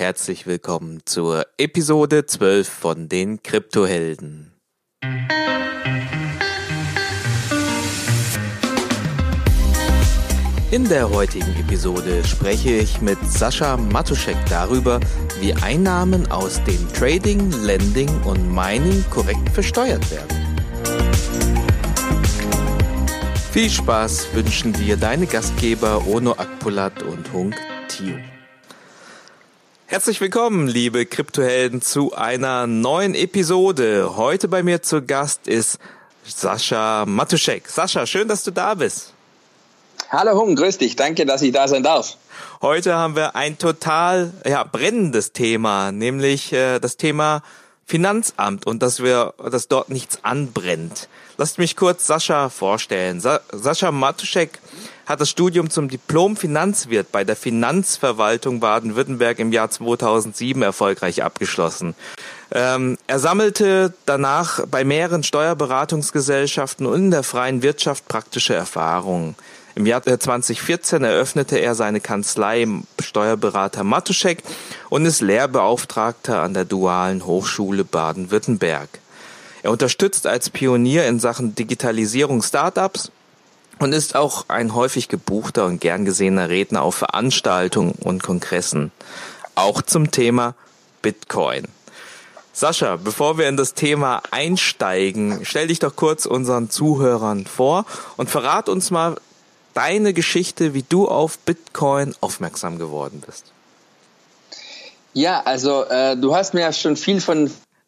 herzlich willkommen zur Episode 12 von den Kryptohelden. In der heutigen Episode spreche ich mit Sascha Matuszek darüber, wie Einnahmen aus dem Trading, Lending und Mining korrekt versteuert werden. Viel Spaß wünschen dir deine Gastgeber Ono Akpolat und Hunk Tio. Herzlich willkommen, liebe Kryptohelden, zu einer neuen Episode. Heute bei mir zu Gast ist Sascha Matuszek. Sascha, schön, dass du da bist. Hallo Hung, grüß dich. Danke, dass ich da sein darf. Heute haben wir ein total brennendes Thema, nämlich das Thema Finanzamt und dass dort nichts anbrennt. Lasst mich kurz Sascha vorstellen. Sascha Matuszek hat das Studium zum Diplom-Finanzwirt bei der Finanzverwaltung Baden-Württemberg im Jahr 2007 erfolgreich abgeschlossen. Er sammelte danach bei mehreren Steuerberatungsgesellschaften und in der freien Wirtschaft praktische Erfahrungen. Im Jahr 2014 eröffnete er seine Kanzlei Steuerberater Matuszek und ist Lehrbeauftragter an der Dualen Hochschule Baden-Württemberg. Er unterstützt als Pionier in Sachen Digitalisierung Startups und ist auch ein häufig gebuchter und gern gesehener Redner auf Veranstaltungen und Kongressen. Auch zum Thema Bitcoin. Sascha, bevor wir in das Thema einsteigen, stell dich doch kurz unseren Zuhörern vor und verrat uns mal deine Geschichte, wie du auf Bitcoin aufmerksam geworden bist. Ja, also du hast mir ja schon viel von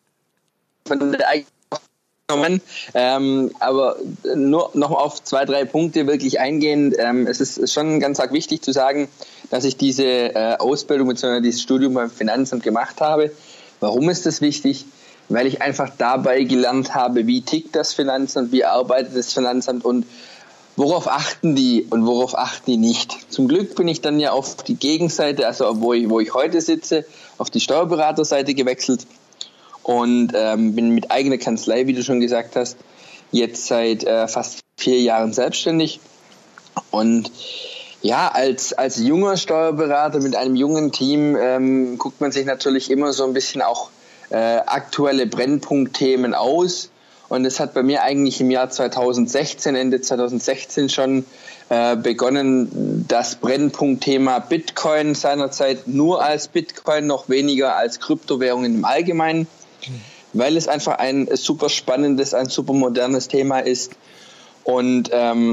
der eigenen genommen, aber nur noch auf 2-3 Punkte wirklich eingehen. Es ist schon ganz arg wichtig zu sagen, dass ich diese Ausbildung bzw. dieses Studium beim Finanzamt gemacht habe. Warum ist das wichtig? Weil ich einfach dabei gelernt habe, wie tickt das Finanzamt, wie arbeitet das Finanzamt und worauf achten die und worauf achten die nicht. Zum Glück bin ich dann ja auf die Gegenseite, also wo ich heute sitze, auf die Steuerberaterseite gewechselt und bin mit eigener Kanzlei, wie du schon gesagt hast, jetzt seit fast 4 Jahren selbstständig. Und ja, als junger Steuerberater mit einem jungen Team guckt man sich natürlich immer so ein bisschen auch aktuelle Brennpunktthemen aus. Und es hat bei mir eigentlich im Jahr 2016, Ende 2016 schon begonnen, das Brennpunktthema Bitcoin seinerzeit nur als Bitcoin, noch weniger als Kryptowährungen im Allgemeinen, weil es einfach ein super spannendes, ein super modernes Thema ist. Und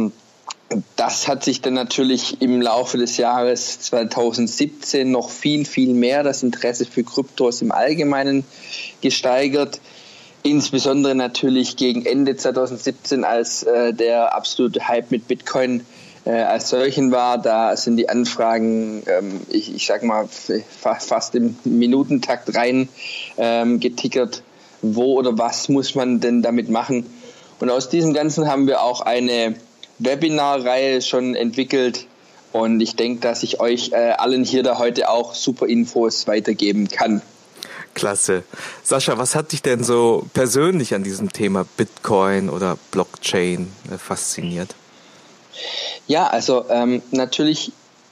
das hat sich dann natürlich im Laufe des Jahres 2017 noch viel, viel mehr das Interesse für Kryptos im Allgemeinen gesteigert. Insbesondere natürlich gegen Ende 2017, als der absolute Hype mit Bitcoin als solchen war. Da sind die Anfragen, ich sag mal, fast im Minutentakt rein getickert. Wo oder was muss man denn damit machen? Und aus diesem Ganzen haben wir auch eine Webinarreihe schon entwickelt. Und ich denke, dass ich euch allen hier da heute auch super Infos weitergeben kann. Klasse. Sascha, was hat dich denn so persönlich an diesem Thema Bitcoin oder Blockchain fasziniert? Ja, also natürlich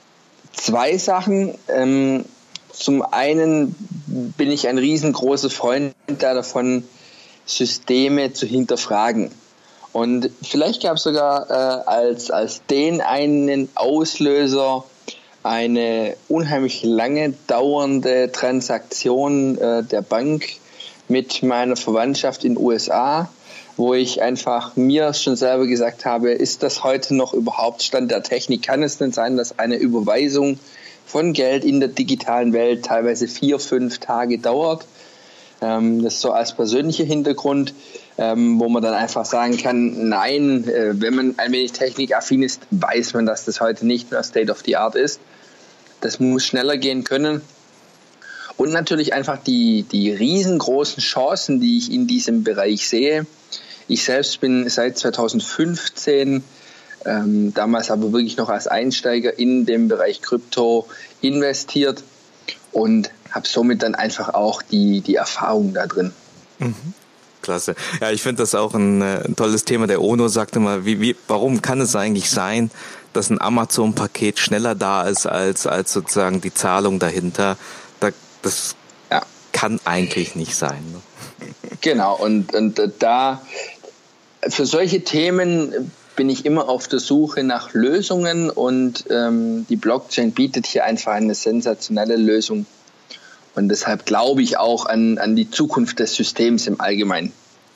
2 Sachen. Zum einen bin ich ein riesengroßer Freund davon, Systeme zu hinterfragen. Und vielleicht gab es sogar als den einen Auslöser eine unheimlich lange dauernde Transaktion der Bank mit meiner Verwandtschaft in den USA, wo ich einfach mir schon selber gesagt habe, ist das heute noch überhaupt Stand der Technik? Kann es denn sein, dass eine Überweisung von Geld in der digitalen Welt teilweise 4-5 Tage dauert? Das ist so als persönlicher Hintergrund, wo man dann einfach sagen kann, nein, wenn man ein wenig technikaffin ist, weiß man, dass das heute nicht mehr State of the Art ist. Das muss schneller gehen können. Und natürlich einfach die riesengroßen Chancen, die ich in diesem Bereich sehe. Ich selbst bin seit 2015, damals aber wirklich noch als Einsteiger in dem Bereich Krypto investiert und habe somit dann einfach auch die Erfahrung da drin. Mhm. Klasse. Ja, ich finde das auch ein tolles Thema. Der Ono sagte mal, warum kann es eigentlich sein, dass ein Amazon-Paket schneller da ist als sozusagen die Zahlung dahinter? Da Das kann eigentlich nicht sein. Ne? Genau, und da für solche Themen bin ich immer auf der Suche nach Lösungen und die Blockchain bietet hier einfach eine sensationelle Lösung. Und deshalb glaube ich auch an die Zukunft des Systems im Allgemeinen.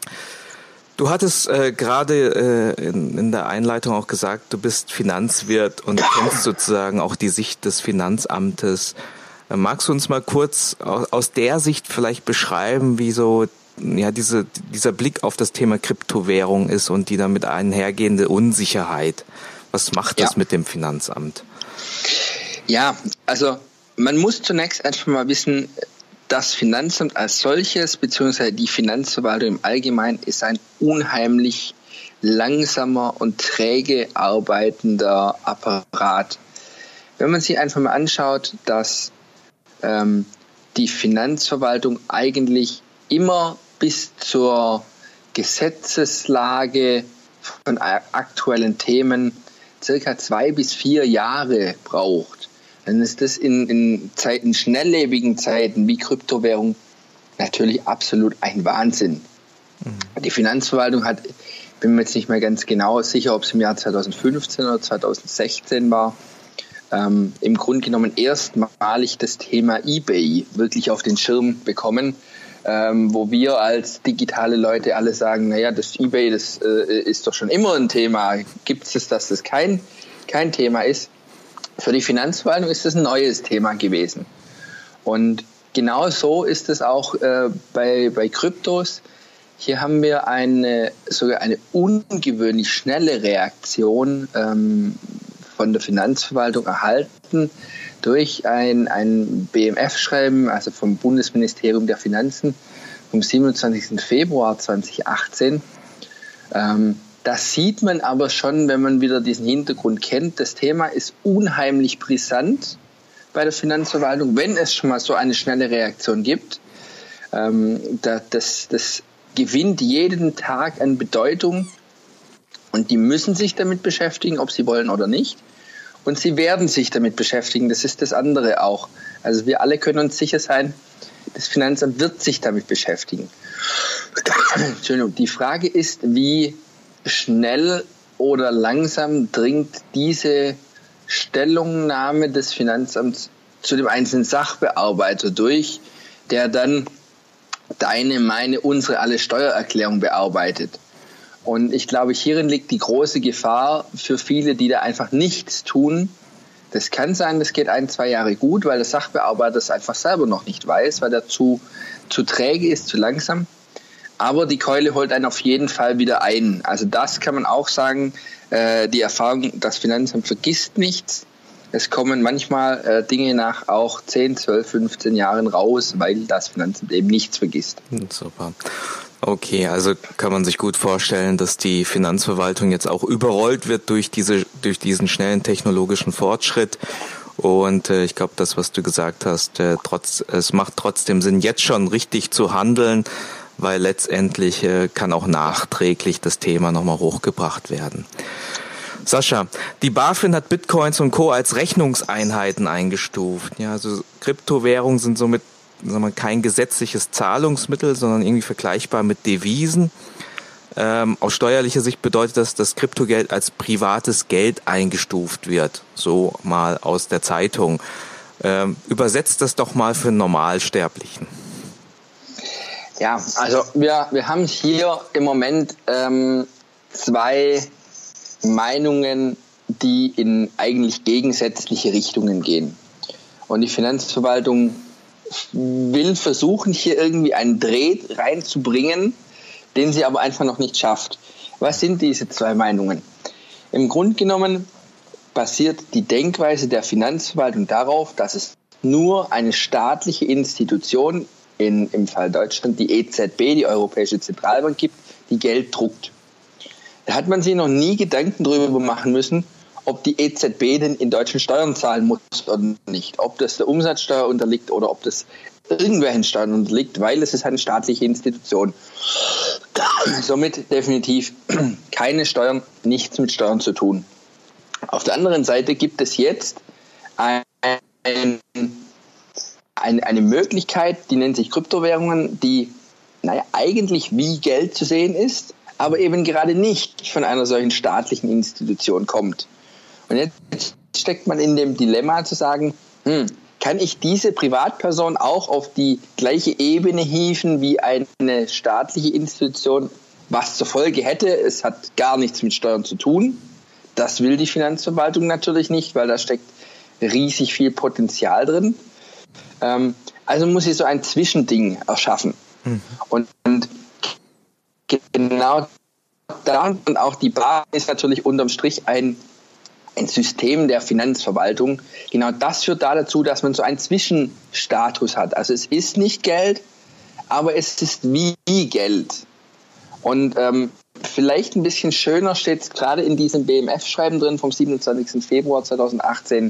Du hattest gerade in der Einleitung auch gesagt, du bist Finanzwirt und kennst sozusagen auch die Sicht des Finanzamtes. Magst du uns mal kurz aus der Sicht vielleicht beschreiben, wie so dieser Blick auf das Thema Kryptowährung ist und die damit einhergehende Unsicherheit? Was macht das mit dem Finanzamt? Ja, also man muss zunächst einfach mal wissen, das Finanzamt als solches, beziehungsweise die Finanzverwaltung im Allgemeinen, ist ein unheimlich langsamer und träge arbeitender Apparat. Wenn man sich einfach mal anschaut, dass die Finanzverwaltung eigentlich immer bis zur Gesetzeslage von aktuellen Themen circa 2 bis 4 Jahre braucht, dann ist das in schnelllebigen Zeiten wie Kryptowährung natürlich absolut ein Wahnsinn. Die Finanzverwaltung hat, bin mir jetzt nicht mehr ganz genau sicher, ob es im Jahr 2015 oder 2016 war, im Grunde genommen erstmalig das Thema eBay wirklich auf den Schirm bekommen, wo wir als digitale Leute alle sagen, naja, das eBay, das ist doch schon immer ein Thema. Gibt es dass das kein Thema ist? Für die Finanzverwaltung ist das ein neues Thema gewesen. Und genau so ist es auch bei Kryptos. Hier haben wir sogar eine ungewöhnlich schnelle Reaktion von der Finanzverwaltung erhalten durch ein BMF-Schreiben, also vom Bundesministerium der Finanzen vom 27. Februar 2018. Das sieht man aber schon, wenn man wieder diesen Hintergrund kennt. Das Thema ist unheimlich brisant bei der Finanzverwaltung, wenn es schon mal so eine schnelle Reaktion gibt. Das gewinnt jeden Tag an Bedeutung und die müssen sich damit beschäftigen, ob sie wollen oder nicht. Und sie werden sich damit beschäftigen, das ist das andere auch. Also wir alle können uns sicher sein, das Finanzamt wird sich damit beschäftigen. Entschuldigung, die Frage ist, wie schnell oder langsam dringt diese Stellungnahme des Finanzamts zu dem einzelnen Sachbearbeiter durch, der dann deine, meine, unsere alle Steuererklärung bearbeitet. Und ich glaube, hierin liegt die große Gefahr für viele, die da einfach nichts tun. Das kann sein, das geht 1-2 Jahre gut, weil der Sachbearbeiter es einfach selber noch nicht weiß, weil er zu träge ist, zu langsam. Aber die Keule holt einen auf jeden Fall wieder ein. Also das kann man auch sagen, die Erfahrung, das Finanzamt vergisst nichts. Es kommen manchmal Dinge nach auch 10, 12, 15 Jahren raus, weil das Finanzamt eben nichts vergisst. Super. Okay, also kann man sich gut vorstellen, dass die Finanzverwaltung jetzt auch überrollt wird durch diesen schnellen technologischen Fortschritt. Und ich glaube, das, was du gesagt hast, es macht trotzdem Sinn, jetzt schon richtig zu handeln, weil letztendlich kann auch nachträglich das Thema nochmal hochgebracht werden. Sascha, die BaFin hat Bitcoins und Co. als Rechnungseinheiten eingestuft. Ja, also Kryptowährungen sind somit kein gesetzliches Zahlungsmittel, sondern irgendwie vergleichbar mit Devisen. Aus steuerlicher Sicht bedeutet das, dass Kryptogeld als privates Geld eingestuft wird. So mal aus der Zeitung. Übersetzt das doch mal für einen Normalsterblichen. Ja, also wir haben hier im Moment 2 Meinungen, die in eigentlich gegensätzliche Richtungen gehen. Und die Finanzverwaltung will versuchen, hier irgendwie einen Dreh reinzubringen, den sie aber einfach noch nicht schafft. Was sind diese 2 Meinungen? Im Grunde genommen basiert die Denkweise der Finanzverwaltung darauf, dass es nur eine staatliche Institution, im Fall Deutschland die EZB, die Europäische Zentralbank, gibt, die Geld druckt. Da hat man sich noch nie Gedanken darüber machen müssen, ob die EZB denn in Deutschland Steuern zahlen muss oder nicht. Ob das der Umsatzsteuer unterliegt oder ob das irgendwelchen Steuern unterliegt, weil es ist eine staatliche Institution. Somit definitiv keine Steuern, nichts mit Steuern zu tun. Auf der anderen Seite gibt es jetzt eine Möglichkeit, die nennt sich Kryptowährungen, die eigentlich wie Geld zu sehen ist, aber eben gerade nicht von einer solchen staatlichen Institution kommt. Und jetzt steckt man in dem Dilemma zu sagen, kann ich diese Privatperson auch auf die gleiche Ebene hieven wie eine staatliche Institution, was zur Folge hätte, es hat gar nichts mit Steuern zu tun. Das will die Finanzverwaltung natürlich nicht, weil da steckt riesig viel Potenzial drin. Also muss sie so ein Zwischending erschaffen. Und genau da und auch die Basis ist natürlich unterm Strich ein System der Finanzverwaltung. Genau das führt dazu, dass man so einen Zwischenstatus hat. Also es ist nicht Geld, aber es ist wie Geld. Und vielleicht ein bisschen schöner steht es gerade in diesem BMF-Schreiben drin vom 27. Februar 2018.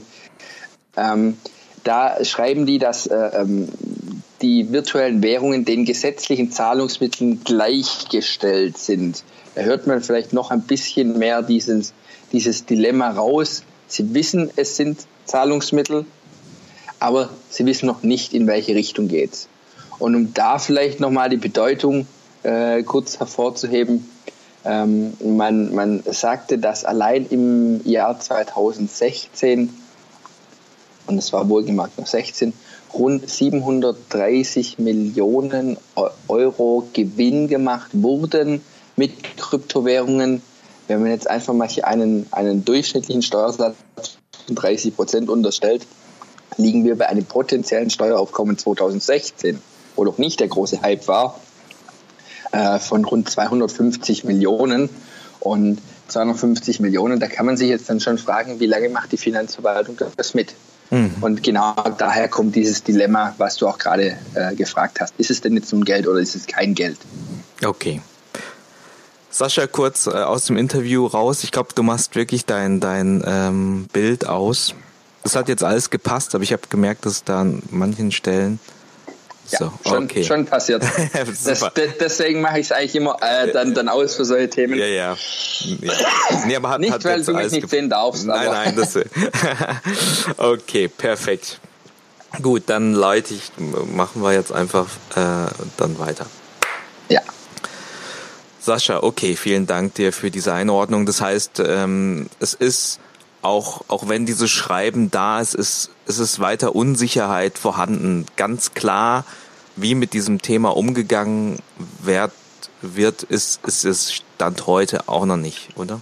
Da schreiben die, dass die virtuellen Währungen den gesetzlichen Zahlungsmitteln gleichgestellt sind. Da hört man vielleicht noch ein bisschen mehr dieses Dilemma raus. Sie wissen, es sind Zahlungsmittel, aber sie wissen noch nicht, in welche Richtung geht's. Und um da vielleicht nochmal die Bedeutung kurz hervorzuheben, man sagte, dass allein im Jahr 2016, und es war wohlgemerkt noch 16, rund 730 Millionen Euro Gewinn gemacht wurden mit Kryptowährungen. Wenn man jetzt einfach mal hier einen durchschnittlichen Steuersatz von 30% unterstellt, liegen wir bei einem potenziellen Steueraufkommen 2016, wo noch nicht der große Hype war, von rund 250 Millionen. Und 250 Millionen, da kann man sich jetzt dann schon fragen, wie lange macht die Finanzverwaltung das mit? Und genau daher kommt dieses Dilemma, was du auch gerade gefragt hast. Ist es denn jetzt nun Geld oder ist es kein Geld? Okay. Sascha, kurz aus dem Interview raus. Ich glaube, du machst wirklich dein Bild aus. Das hat jetzt alles gepasst, aber ich habe gemerkt, dass da an manchen Stellen... Ja, so, schon passiert. Deswegen mache ich es eigentlich immer dann aus für solche Themen. Ja. Nee, aber nicht, weil du mich nicht sehen darfst. Nein, das okay, perfekt. Gut, dann machen wir jetzt einfach dann weiter. Ja. Sascha, okay, vielen Dank dir für diese Einordnung. Das heißt, es ist auch wenn dieses Schreiben da ist, es ist weiter Unsicherheit vorhanden. Ganz klar, wie mit diesem Thema umgegangen wird, ist es Stand heute auch noch nicht, oder?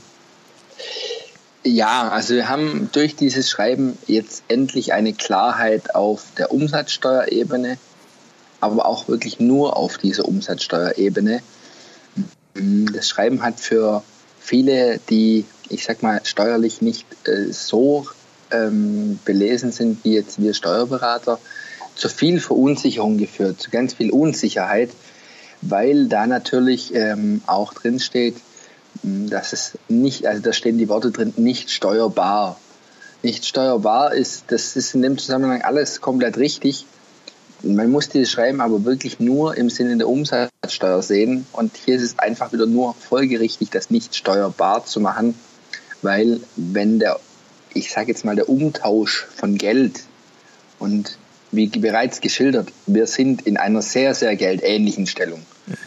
Ja, also wir haben durch dieses Schreiben jetzt endlich eine Klarheit auf der Umsatzsteuerebene, aber auch wirklich nur auf dieser Umsatzsteuerebene. Das Schreiben hat für viele, die, ich sag mal, steuerlich nicht so belesen sind wie jetzt wir Steuerberater, zu viel Verunsicherung geführt, zu ganz viel Unsicherheit, weil da natürlich auch drin steht, dass es nicht, also da stehen die Worte drin, nicht steuerbar. Nicht steuerbar das ist in dem Zusammenhang alles komplett richtig. Man muss dieses Schreiben aber wirklich nur im Sinne der Umsatzsteuer sehen. Und hier ist es einfach wieder nur folgerichtig, das nicht steuerbar zu machen, weil wenn der Umtausch von Geld und wie bereits geschildert, wir sind in einer sehr, sehr geldähnlichen Stellung.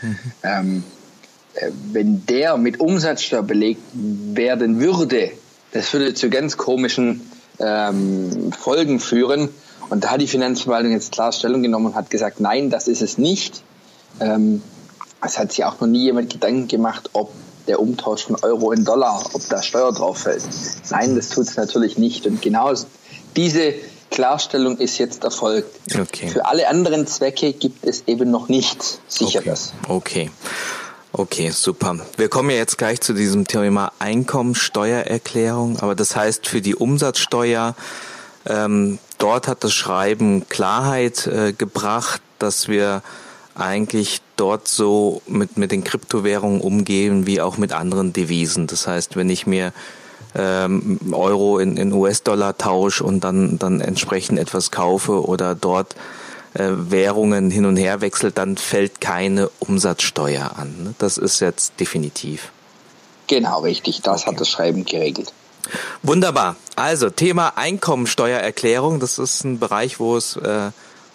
Wenn der mit Umsatzsteuer belegt werden würde, das würde zu ganz komischen Folgen führen. Und da hat die Finanzverwaltung jetzt klar Stellung genommen und hat gesagt, nein, das ist es nicht. Es hat sich auch noch nie jemand Gedanken gemacht, ob der Umtausch von Euro in Dollar, ob da Steuer drauf fällt. Nein, das tut es natürlich nicht. Und genau diese Klarstellung ist jetzt erfolgt. Okay. Für alle anderen Zwecke gibt es eben noch nichts Sicheres. Okay, super. Wir kommen ja jetzt gleich zu diesem Thema Einkommensteuererklärung, aber das heißt für die Umsatzsteuer, dort hat das Schreiben Klarheit gebracht, dass wir eigentlich dort so mit den Kryptowährungen umgehen wie auch mit anderen Devisen. Das heißt, wenn ich mir Euro in US-Dollar tausche und dann entsprechend etwas kaufe oder dort Währungen hin und her wechselt, dann fällt keine Umsatzsteuer an. Das ist jetzt definitiv. Genau, richtig. Das hat das Schreiben geregelt. Wunderbar. Also Thema Einkommensteuererklärung, das ist ein Bereich, wo es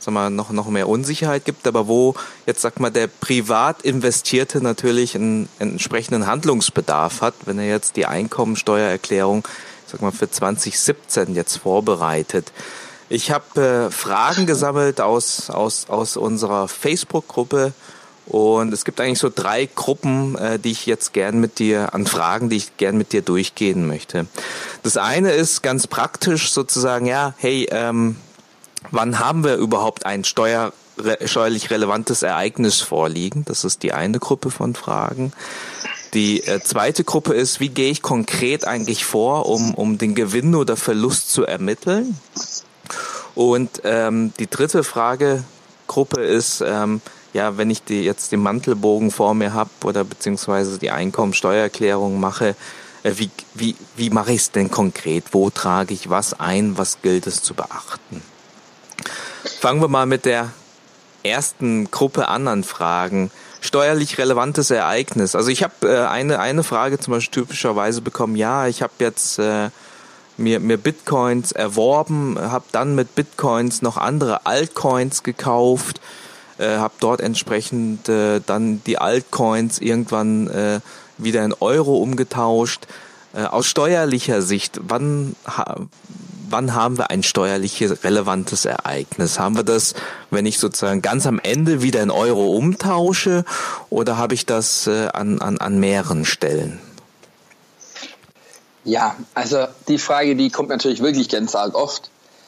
sag mal, noch mehr Unsicherheit gibt, aber wo jetzt, sag mal, der Privatinvestierte natürlich einen entsprechenden Handlungsbedarf hat, wenn er jetzt die Einkommensteuererklärung, sag mal, für 2017 jetzt vorbereitet. Ich habe Fragen gesammelt aus unserer Facebook-Gruppe und es gibt eigentlich so 3 Gruppen, die ich jetzt gern mit dir an Fragen, die ich gern mit dir durchgehen möchte. Das eine ist ganz praktisch sozusagen, ja, hey, wann haben wir überhaupt ein steuerlich relevantes Ereignis vorliegen? Das ist die eine Gruppe von Fragen. Die zweite Gruppe ist, wie gehe ich konkret eigentlich vor, um den Gewinn oder Verlust zu ermitteln? Und die dritte Fragegruppe ist, ja, wenn ich jetzt den Mantelbogen vor mir habe oder beziehungsweise die Einkommensteuererklärung mache, wie mache ich es denn konkret? Wo trage ich was ein? Was gilt es zu beachten? Fangen wir mal mit der ersten Gruppe an Fragen. Steuerlich relevantes Ereignis. Also ich habe eine Frage zum Beispiel typischerweise bekommen, ja, ich habe jetzt mir Bitcoins erworben, habe dann mit Bitcoins noch andere Altcoins gekauft, habe dort entsprechend dann die Altcoins irgendwann wieder in Euro umgetauscht. Aus steuerlicher Sicht, wann haben wir ein steuerliches relevantes Ereignis? Haben wir das, wenn ich sozusagen ganz am Ende wieder in Euro umtausche, oder habe ich das an mehreren Stellen? Ja, also die Frage, die kommt natürlich wirklich ganz arg oft.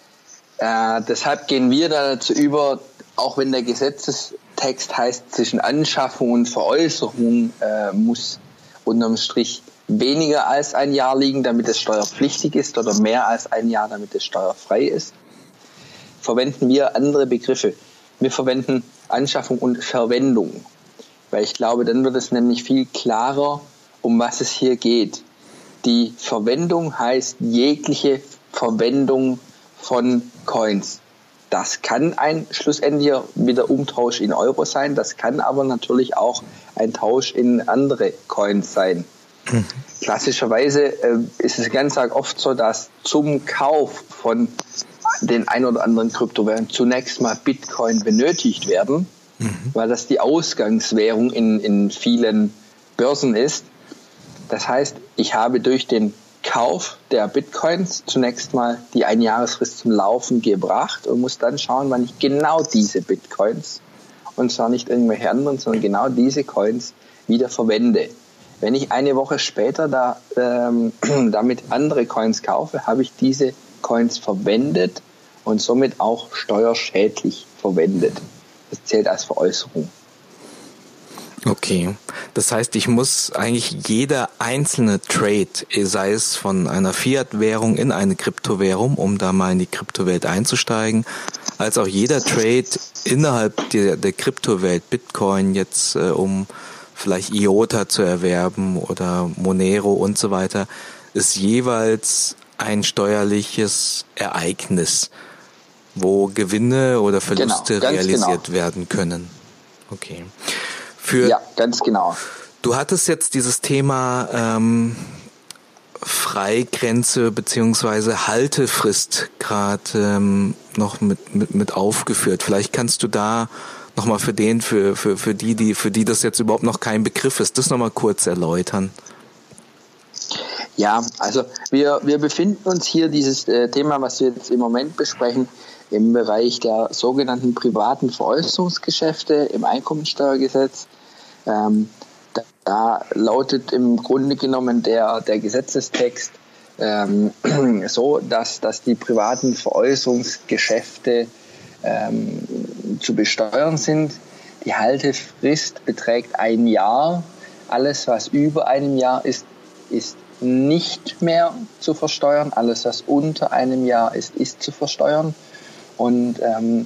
Deshalb gehen wir da dazu über, auch wenn der Gesetzestext heißt, zwischen Anschaffung und Veräußerung muss unterm Strich weniger als ein Jahr liegen, damit es steuerpflichtig ist, oder mehr als ein Jahr, damit es steuerfrei ist, verwenden wir andere Begriffe. Wir verwenden Anschaffung und Verwendung, weil ich glaube, dann wird es nämlich viel klarer, um was es hier geht. Die Verwendung heißt jegliche Verwendung von Coins. Das kann ein schlussendlicher wieder Umtausch in Euro sein, das kann aber natürlich auch ein Tausch in andere Coins sein. Klassischerweise ist es ganz oft so, dass zum Kauf von den ein oder anderen Kryptowährungen zunächst mal Bitcoin benötigt werden, weil das die Ausgangswährung in vielen Börsen ist. Das heißt, ich habe durch den Kauf der Bitcoins zunächst mal die Einjahresfrist zum Laufen gebracht und muss dann schauen, wann ich genau diese Bitcoins, und zwar nicht irgendwelche anderen, sondern genau diese Coins wieder verwende. Wenn ich eine Woche später damit andere Coins kaufe, habe ich diese Coins verwendet und somit auch steuerschädlich verwendet. Das zählt als Veräußerung. Okay, das heißt, ich muss eigentlich jeder einzelne Trade, sei es von einer Fiat-Währung in eine Kryptowährung, um da mal in die Kryptowelt einzusteigen, als auch jeder Trade innerhalb der Kryptowelt, Bitcoin jetzt, um vielleicht IOTA zu erwerben oder Monero und so weiter, ist jeweils ein steuerliches Ereignis, wo Gewinne oder Verluste realisiert werden können. Okay. Ja, ganz genau. Du hattest jetzt dieses Thema Freigrenze beziehungsweise Haltefrist gerade noch mit aufgeführt. Vielleicht kannst du da nochmal für die das jetzt überhaupt noch kein Begriff ist, das nochmal kurz erläutern. Ja, also wir befinden uns hier, dieses Thema, was wir jetzt im Moment besprechen, im Bereich der sogenannten privaten Veräußerungsgeschäfte im Einkommensteuergesetz. Da lautet im Grunde genommen der Gesetzestext so, dass die privaten Veräußerungsgeschäfte zu besteuern sind. Die Haltefrist beträgt 1 Jahr. Alles, was über einem Jahr ist nicht mehr zu versteuern. Alles, was unter einem Jahr ist zu versteuern. Und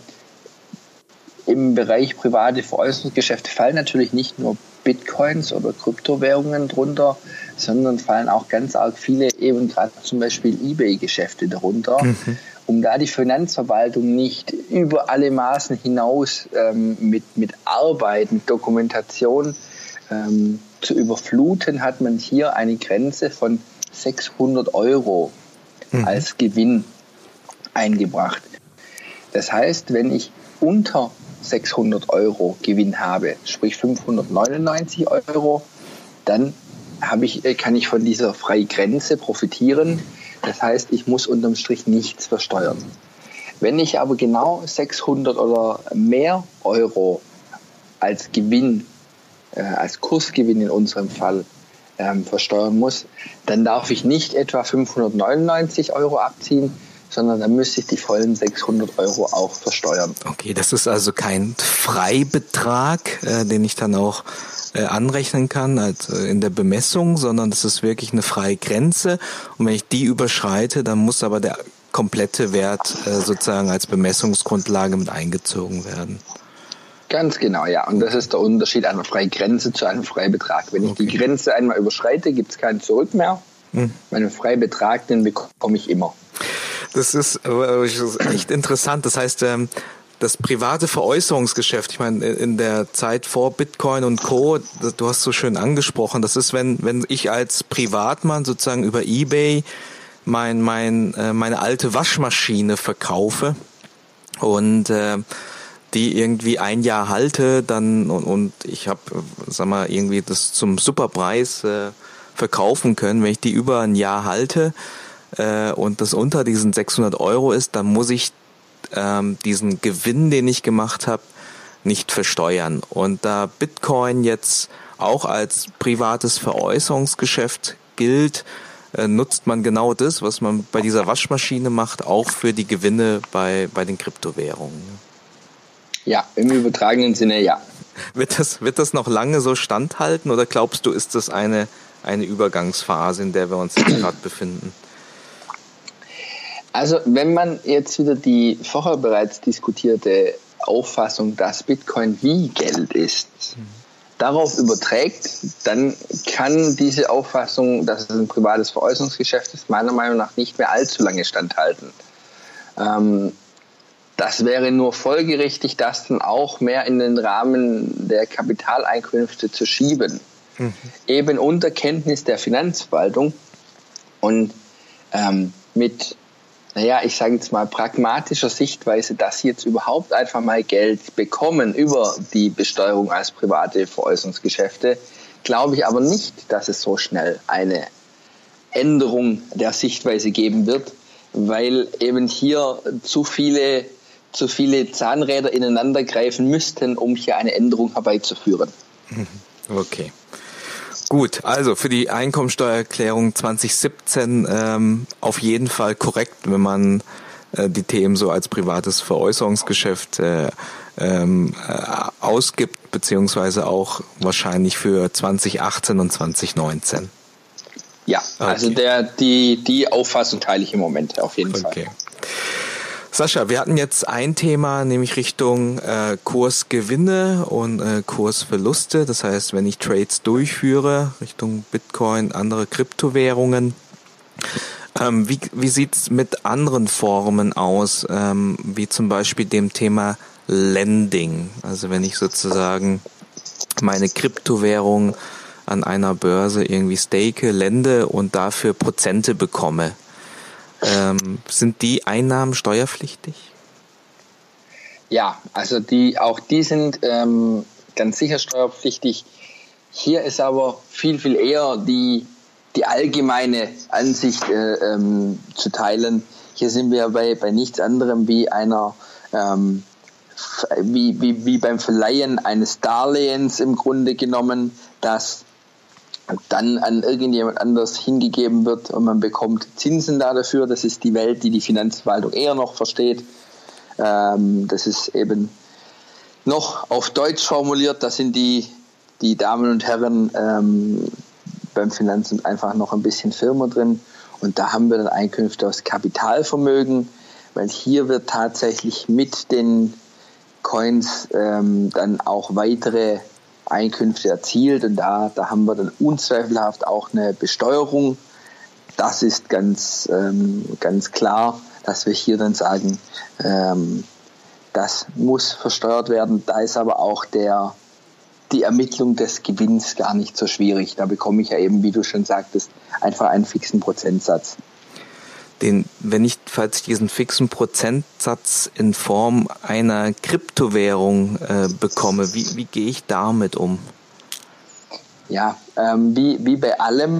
im Bereich private Veräußerungsgeschäfte fallen natürlich nicht nur Bitcoins oder Kryptowährungen drunter, sondern fallen auch ganz arg viele, eben gerade zum Beispiel eBay-Geschäfte darunter. Um da die Finanzverwaltung nicht über alle Maßen hinaus mit Arbeiten, Dokumentation zu überfluten, hat man hier eine Grenze von 600 € als Gewinn eingebracht. Das heißt, wenn ich unter 600 Euro Gewinn habe, sprich 599 Euro, dann kann ich von dieser Freigrenze profitieren. Das heißt, ich muss unterm Strich nichts versteuern. Wenn ich aber genau 600 oder mehr Euro als Gewinn, als Kursgewinn in unserem Fall, versteuern muss, dann darf ich nicht etwa 599 Euro abziehen, sondern dann müsste ich die vollen 600 Euro auch versteuern. Okay, das ist also kein Freibetrag, den ich dann auch anrechnen kann als in der Bemessung, sondern das ist wirklich eine Freigrenze. Und wenn ich die überschreite, dann muss aber der komplette Wert sozusagen als Bemessungsgrundlage mit eingezogen werden. Ganz genau, ja. Und das ist der Unterschied einer Freigrenze zu einem Freibetrag. Wenn ich die Grenze einmal überschreite, gibt es kein Zurück mehr. Meinen Freibetrag, den bekomme ich immer. Das ist echt interessant. Das heißt, das private Veräußerungsgeschäft, ich meine, in der Zeit vor Bitcoin und Co., du hast so schön angesprochen, das ist, wenn ich als Privatmann sozusagen über eBay meine alte Waschmaschine verkaufe und die irgendwie ein Jahr halte, dann und ich habe, irgendwie das zum Superpreis verkaufen können. Wenn ich die über ein Jahr halte und das unter diesen 600 Euro ist, dann muss ich diesen Gewinn, den ich gemacht habe, nicht versteuern. Und da Bitcoin jetzt auch als privates Veräußerungsgeschäft gilt, nutzt man genau das, was man bei dieser Waschmaschine macht, auch für die Gewinne bei den Kryptowährungen. Ja, im übertragenen Sinne ja. Wird das noch lange so standhalten oder glaubst du, ist das eine Übergangsphase, in der wir uns jetzt gerade befinden? Also wenn man jetzt wieder die vorher bereits diskutierte Auffassung, dass Bitcoin wie Geld ist, darauf überträgt, dann kann diese Auffassung, dass es ein privates Veräußerungsgeschäft ist, meiner Meinung nach nicht mehr allzu lange standhalten. Das wäre nur folgerichtig, das dann auch mehr in den Rahmen der Kapitaleinkünfte zu schieben. Eben unter Kenntnis der Finanzverwaltung und mit, ich sage jetzt mal pragmatischer Sichtweise, dass sie jetzt überhaupt einfach mal Geld bekommen über die Besteuerung als private Veräußerungsgeschäfte, glaube ich aber nicht, dass es so schnell eine Änderung der Sichtweise geben wird, weil eben hier zu viele Zahnräder ineinander greifen müssten, um hier eine Änderung herbeizuführen. Okay. Gut, also für die Einkommensteuererklärung 2017 auf jeden Fall korrekt, wenn man die Themen so als privates Veräußerungsgeschäft ausgibt, beziehungsweise auch wahrscheinlich für 2018 und 2019. Ja, also die Auffassung teile ich im Moment auf jeden Fall. Sascha, wir hatten jetzt ein Thema, nämlich Richtung Kursgewinne und Kursverluste. Das heißt, wenn ich Trades durchführe, Richtung Bitcoin, andere Kryptowährungen. Wie sieht's mit anderen Formen aus, wie zum Beispiel dem Thema Lending? Also wenn ich sozusagen meine Kryptowährung an einer Börse irgendwie stake, lende und dafür Prozente bekomme. Sind die Einnahmen steuerpflichtig? Ja, also die sind ganz sicher steuerpflichtig. Hier ist aber viel, viel eher die allgemeine Ansicht zu teilen. Hier sind wir bei nichts anderem wie einer wie beim Verleihen eines Darlehens im Grunde genommen, das dann an irgendjemand anders hingegeben wird und man bekommt Zinsen dafür. Das ist die Welt, die Finanzverwaltung eher noch versteht. Das ist eben noch auf Deutsch formuliert. Da sind die Damen und Herren beim Finanzamt einfach noch ein bisschen firmer drin. Und da haben wir dann Einkünfte aus Kapitalvermögen, weil hier wird tatsächlich mit den Coins dann auch weitere Einkünfte erzielt und da haben wir dann unzweifelhaft auch eine Besteuerung. Das ist ganz klar, dass wir hier dann sagen, das muss versteuert werden. Da ist aber auch die Ermittlung des Gewinns gar nicht so schwierig. Da bekomme ich ja eben, wie du schon sagtest, einfach einen fixen Prozentsatz. falls ich diesen fixen Prozentsatz in Form einer Kryptowährung bekomme, wie gehe ich damit um? Ja, wie bei allem,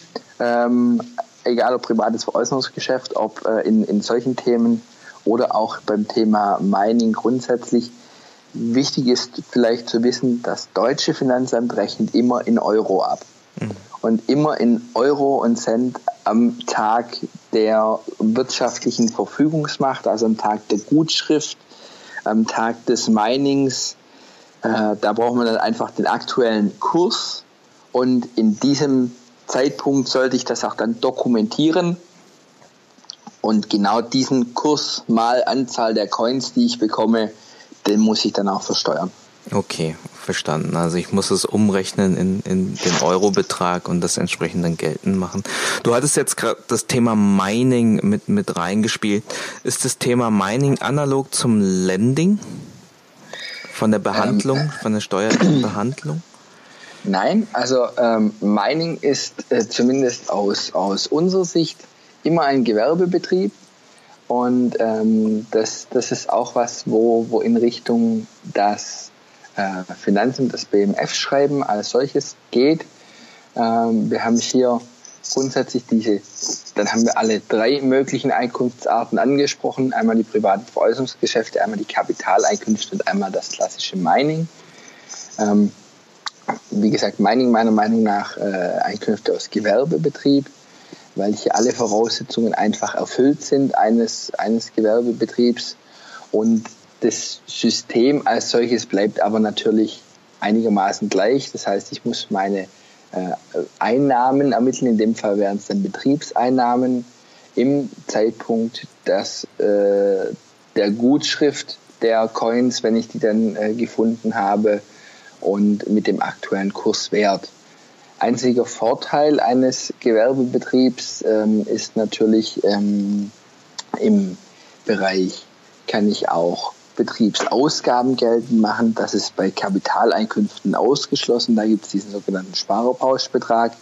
egal ob privates Veräußerungsgeschäft, ob in solchen Themen oder auch beim Thema Mining grundsätzlich, wichtig ist vielleicht zu wissen, das deutsche Finanzamt rechnet immer in Euro ab. Und immer in Euro und Cent am Tag der wirtschaftlichen Verfügungsmacht, also am Tag der Gutschrift, am Tag des Minings. Da braucht man dann einfach den aktuellen Kurs und in diesem Zeitpunkt sollte ich das auch dann dokumentieren und genau diesen Kurs mal Anzahl der Coins, die ich bekomme, den muss ich dann auch versteuern. Okay, verstanden. Also ich muss es umrechnen in den Eurobetrag und das entsprechend dann geltend machen. Du hattest jetzt gerade das Thema Mining mit reingespielt. Ist das Thema Mining analog zum Lending? Von der Behandlung, von der steuerlichen Behandlung? Nein, also Mining ist zumindest aus unserer Sicht immer ein Gewerbebetrieb. Und das ist auch was, wo in Richtung das Finanzamt, das BMF-Schreiben als solches geht. Wir haben hier grundsätzlich dann haben wir alle 3 möglichen Einkunftsarten angesprochen. Einmal die privaten Veräußerungsgeschäfte, einmal die Kapitaleinkünfte und einmal das klassische Mining. Wie gesagt, Mining meiner Meinung nach Einkünfte aus Gewerbebetrieb, weil hier alle Voraussetzungen einfach erfüllt sind eines Gewerbebetriebs und das System als solches bleibt aber natürlich einigermaßen gleich. Das heißt, ich muss meine Einnahmen ermitteln, in dem Fall wären es dann Betriebseinnahmen im Zeitpunkt der Gutschrift der Coins, wenn ich die dann gefunden habe und mit dem aktuellen Kurswert. Einziger Vorteil eines Gewerbebetriebs ist natürlich im Bereich, kann ich auch Betriebsausgaben geltend machen. Das ist bei Kapitaleinkünften ausgeschlossen. Da gibt es diesen sogenannten Sparerpauschbetrag.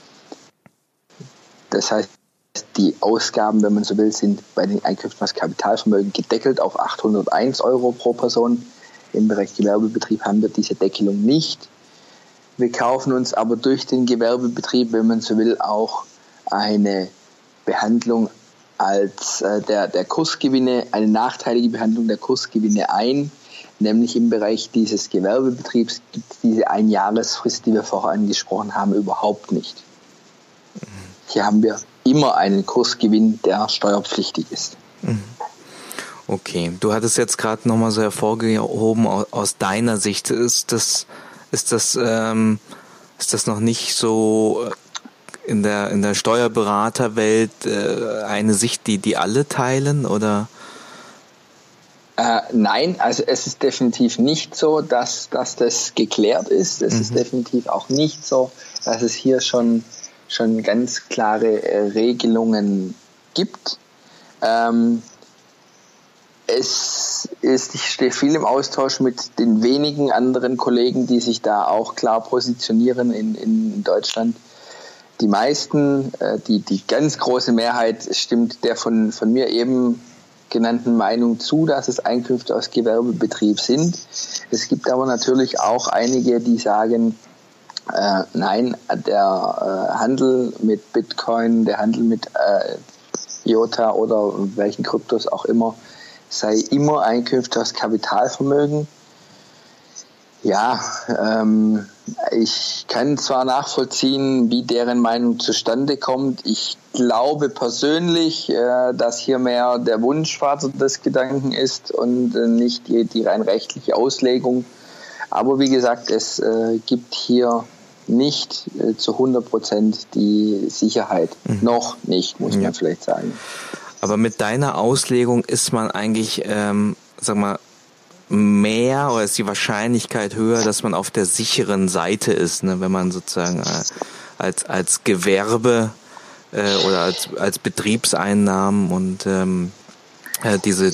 Das heißt, die Ausgaben, wenn man so will, sind bei den Einkünften aus Kapitalvermögen gedeckelt auf 801 Euro pro Person. Im Bereich Gewerbebetrieb haben wir diese Deckelung nicht. Wir kaufen uns aber durch den Gewerbebetrieb, wenn man so will, auch eine Behandlung als der Kursgewinne, eine nachteilige Behandlung der Kursgewinne ein. Nämlich im Bereich dieses Gewerbebetriebs gibt es diese Einjahresfrist, die wir vorher angesprochen haben, überhaupt nicht. Hier haben wir immer einen Kursgewinn, der steuerpflichtig ist. Okay, du hattest jetzt gerade nochmal so hervorgehoben aus deiner Sicht. Ist das noch nicht so in der Steuerberaterwelt eine Sicht, die alle teilen, oder? Nein, also es ist definitiv nicht so, dass das geklärt ist. Es ist definitiv auch nicht so, dass es hier schon ganz klare Regelungen gibt. Ich stehe viel im Austausch mit den wenigen anderen Kollegen, die sich da auch klar positionieren in Deutschland. Die meisten, die ganz große Mehrheit stimmt der von mir eben genannten Meinung zu, dass es Einkünfte aus Gewerbebetrieb sind. Es gibt aber natürlich auch einige, die sagen, nein, der Handel mit Bitcoin, der Handel mit IOTA oder welchen Kryptos auch immer, sei immer Einkünfte aus Kapitalvermögen. Ja, ich kann zwar nachvollziehen, wie deren Meinung zustande kommt. Ich glaube persönlich, dass hier mehr der Wunschvater des Gedanken ist und nicht die rein rechtliche Auslegung. Aber wie gesagt, es gibt hier nicht zu 100% die Sicherheit. Noch nicht, muss man vielleicht sagen. Aber mit deiner Auslegung ist man eigentlich, mehr oder ist die Wahrscheinlichkeit höher, dass man auf der sicheren Seite ist, ne, wenn man sozusagen als Gewerbe oder als Betriebseinnahmen und diese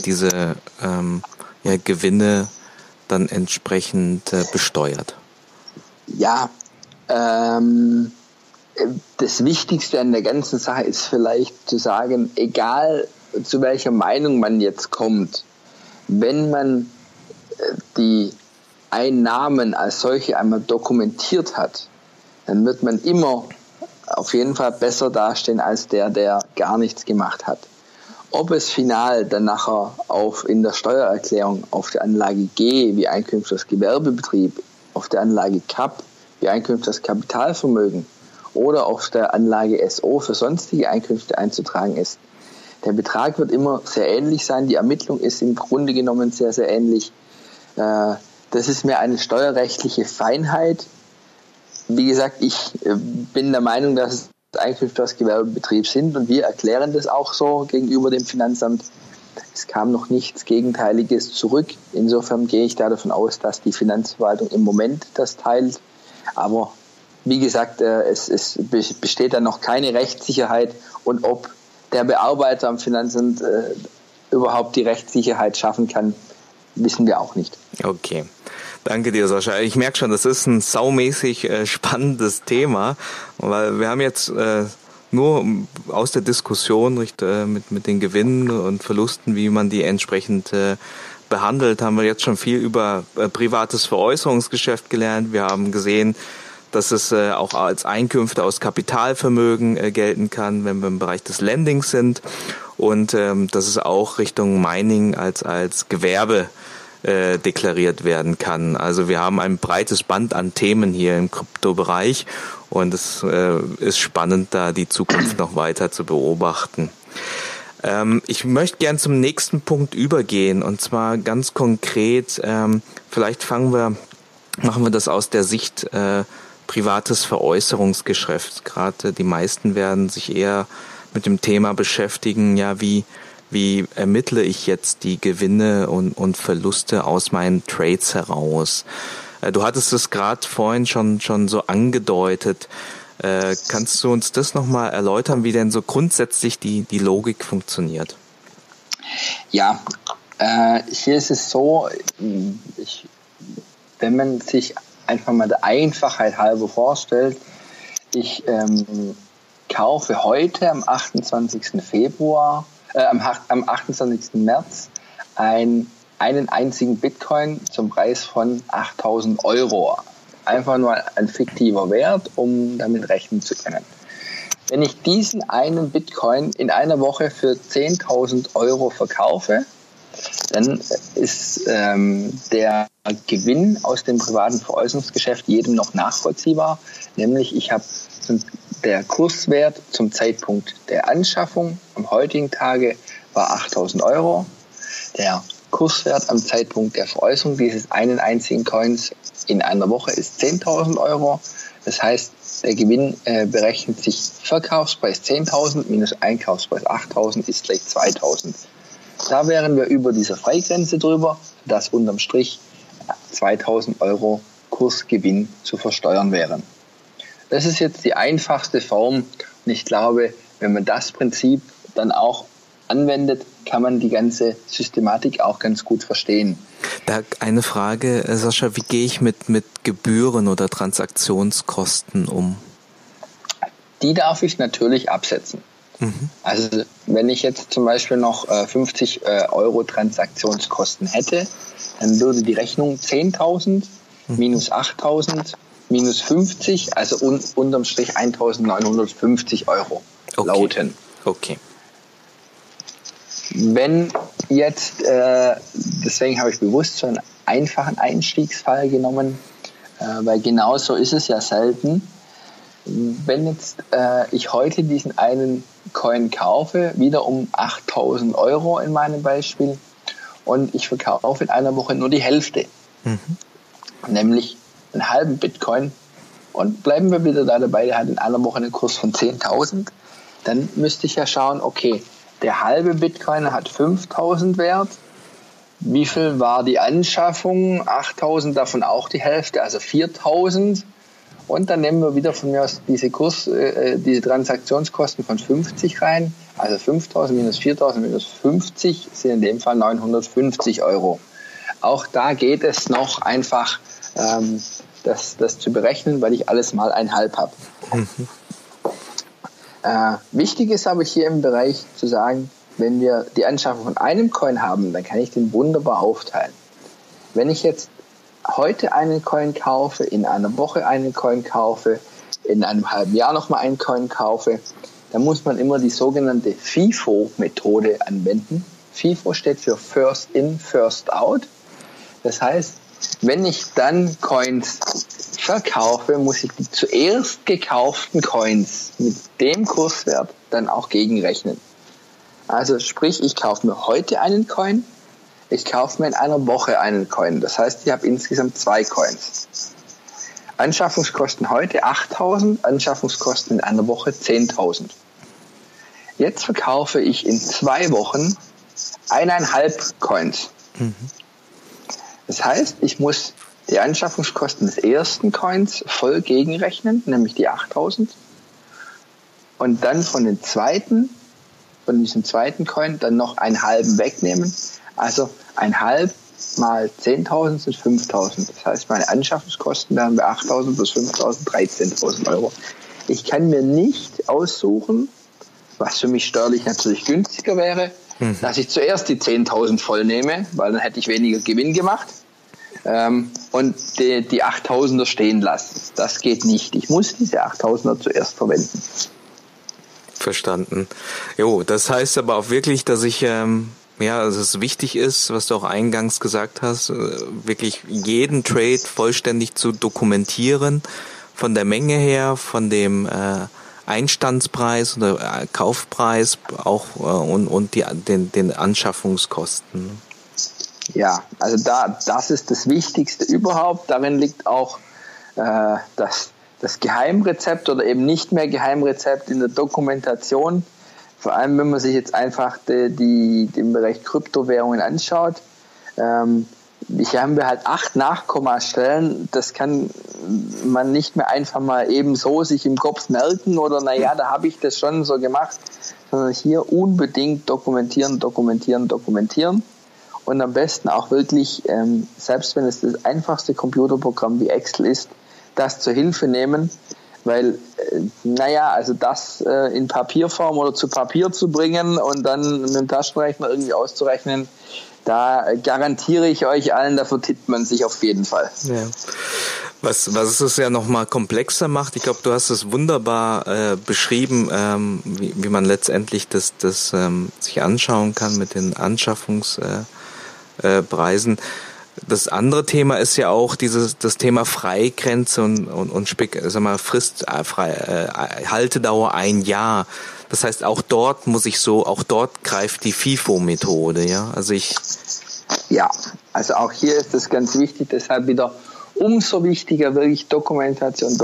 Gewinne dann entsprechend besteuert. Ja, das Wichtigste an der ganzen Sache ist vielleicht zu sagen, egal zu welcher Meinung man jetzt kommt, wenn man die Einnahmen als solche einmal dokumentiert hat, dann wird man immer auf jeden Fall besser dastehen als der gar nichts gemacht hat. Ob es final dann nachher in der Steuererklärung auf der Anlage G wie Einkünfte aus Gewerbebetrieb, auf der Anlage Kap wie Einkünfte aus Kapitalvermögen oder auf der Anlage SO für sonstige Einkünfte einzutragen ist. Der Betrag wird immer sehr ähnlich sein. Die Ermittlung ist im Grunde genommen sehr, sehr ähnlich. Das ist mir eine steuerrechtliche Feinheit. Wie gesagt, ich bin der Meinung, dass es Einkünfte aus Gewerbebetrieb sind und wir erklären das auch so gegenüber dem Finanzamt. Es kam noch nichts Gegenteiliges zurück. Insofern gehe ich da davon aus, dass die Finanzverwaltung im Moment das teilt. Aber wie gesagt, es besteht da noch keine Rechtssicherheit und ob der Bearbeiter am Finanzamt überhaupt die Rechtssicherheit schaffen kann, wissen wir auch nicht. Okay. Danke dir, Sascha. Ich merke schon, das ist ein saumäßig spannendes Thema, weil wir haben jetzt nur aus der Diskussion mit den Gewinnen und Verlusten, wie man die entsprechend behandelt, haben wir jetzt schon viel über privates Veräußerungsgeschäft gelernt. Wir haben gesehen, dass es auch als Einkünfte aus Kapitalvermögen gelten kann, wenn wir im Bereich des Lendings sind, und dass es auch Richtung Mining als Gewerbe deklariert werden kann. Also wir haben ein breites Band an Themen hier im Kryptobereich und es ist spannend, da die Zukunft noch weiter zu beobachten. Ich möchte gern zum nächsten Punkt übergehen, und zwar ganz konkret, vielleicht machen wir das aus der Sicht privates Veräußerungsgeschäft. Gerade die meisten werden sich eher mit dem Thema beschäftigen, ja, wie ermittle ich jetzt die Gewinne und Verluste aus meinen Trades heraus? Du hattest es gerade vorhin schon so angedeutet. Kannst du uns das nochmal erläutern, wie denn so grundsätzlich die Logik funktioniert? Ja, hier ist es so, wenn man sich einfach mal der Einfachheit halber vorstellt, ich kaufe heute am 28. März einen einzigen Bitcoin zum Preis von 8.000 €. Einfach nur ein fiktiver Wert, um damit rechnen zu können. Wenn ich diesen einen Bitcoin in einer Woche für 10.000 € verkaufe, dann ist der Gewinn aus dem privaten Veräußerungsgeschäft jedem noch nachvollziehbar. Nämlich ich habe der Kurswert zum Zeitpunkt der Anschaffung am heutigen Tage war 8.000 €. Der Kurswert am Zeitpunkt der Veräußerung dieses einen einzigen Coins in einer Woche ist 10.000 €. Das heißt, der Gewinn berechnet sich Verkaufspreis 10.000 minus Einkaufspreis 8.000 ist gleich 2.000. Da wären wir über dieser Freigrenze drüber, dass unterm Strich 2.000 € Kursgewinn zu versteuern wären. Das ist jetzt die einfachste Form und ich glaube, wenn man das Prinzip dann auch anwendet, kann man die ganze Systematik auch ganz gut verstehen. Da eine Frage, Sascha, wie gehe ich mit Gebühren oder Transaktionskosten um? Die darf ich natürlich absetzen. Mhm. Also wenn ich jetzt zum Beispiel noch 50 € Transaktionskosten hätte, dann würde die Rechnung 10.000 minus 8.000 minus 50, also unterm Strich 1.950 € lauten. Okay. Wenn jetzt, deswegen habe ich bewusst so einen einfachen Einstiegsfall genommen, weil genau so ist es ja selten. Wenn jetzt ich heute diesen einen Coin kaufe, wieder um 8.000 € in meinem Beispiel, und ich verkaufe in einer Woche nur die Hälfte, nämlich einen halben Bitcoin, und bleiben wir wieder da dabei, der hat in einer Woche einen Kurs von 10.000, dann müsste ich ja schauen, okay, der halbe Bitcoin hat 5.000 Wert, wie viel war die Anschaffung? 8.000, davon auch die Hälfte, also 4.000, und dann nehmen wir wieder von mir aus diese Transaktionskosten von 50 rein, also 5.000 minus 4.000 minus 50 sind in dem Fall 950 €. Auch da geht es noch einfach, das zu berechnen, weil ich alles mal 1,5 habe. Wichtig ist aber hier im Bereich zu sagen, wenn wir die Anschaffung von einem Coin haben, dann kann ich den wunderbar aufteilen. Wenn ich jetzt heute einen Coin kaufe, in einer Woche einen Coin kaufe, in einem halben Jahr nochmal einen Coin kaufe, dann muss man immer die sogenannte FIFO-Methode anwenden. FIFO steht für First In, First Out. Das heißt, wenn ich dann Coins verkaufe, muss ich die zuerst gekauften Coins mit dem Kurswert dann auch gegenrechnen. Also sprich, ich kaufe mir heute einen Coin, ich kaufe mir in einer Woche einen Coin. Das heißt, ich habe insgesamt 2 Coins. Anschaffungskosten heute 8.000, Anschaffungskosten in einer Woche 10.000. Jetzt verkaufe ich in 2 Wochen 1,5 Coins. Das heißt, ich muss die Anschaffungskosten des ersten Coins voll gegenrechnen, nämlich die 8.000. Und dann von diesem zweiten Coin dann noch einen halben wegnehmen. Also 1,5 mal 10.000 sind 5.000. Das heißt, meine Anschaffungskosten wären bei 8.000 plus 5.000 13.000 Euro. Ich kann mir nicht aussuchen, was für mich steuerlich natürlich günstiger wäre, dass ich zuerst die 10.000 voll nehme, weil dann hätte ich weniger Gewinn gemacht und die 8.000er stehen lasse. Das geht nicht. Ich muss diese 8.000er zuerst verwenden. Verstanden. Jo, das heißt aber auch wirklich, dass ich dass es wichtig ist, was du auch eingangs gesagt hast, wirklich jeden Trade vollständig zu dokumentieren, von der Menge her, von dem Einstandspreis oder Kaufpreis auch und den Anschaffungskosten. Ja, also das ist das Wichtigste überhaupt. Darin liegt auch das Geheimrezept oder eben nicht mehr Geheimrezept in der Dokumentation. Vor allem, wenn man sich jetzt einfach den Bereich Kryptowährungen anschaut. Hier haben wir halt 8 Nachkommastellen. Das kann man nicht mehr einfach mal eben so sich im Kopf merken oder naja, da habe ich das schon so gemacht. Sondern hier unbedingt dokumentieren. Und am besten auch wirklich, selbst wenn es das einfachste Computerprogramm wie Excel ist, das zur Hilfe nehmen. Weil, also das in Papierform oder zu Papier zu bringen und dann mit dem Taschenrechner irgendwie auszurechnen, da garantiere ich euch allen, da vertippt man sich auf jeden Fall. Ja. Was es ja nochmal komplexer macht, ich glaube, du hast es wunderbar beschrieben, wie man letztendlich das sich anschauen kann mit den Anschaffungspreisen. Das andere Thema ist ja auch das Thema Freigrenze und Haltedauer 1 Jahr. Das heißt, auch dort greift die FIFO-Methode, ja. Also auch hier ist es ganz wichtig, deshalb wieder umso wichtiger wirklich Dokumentation.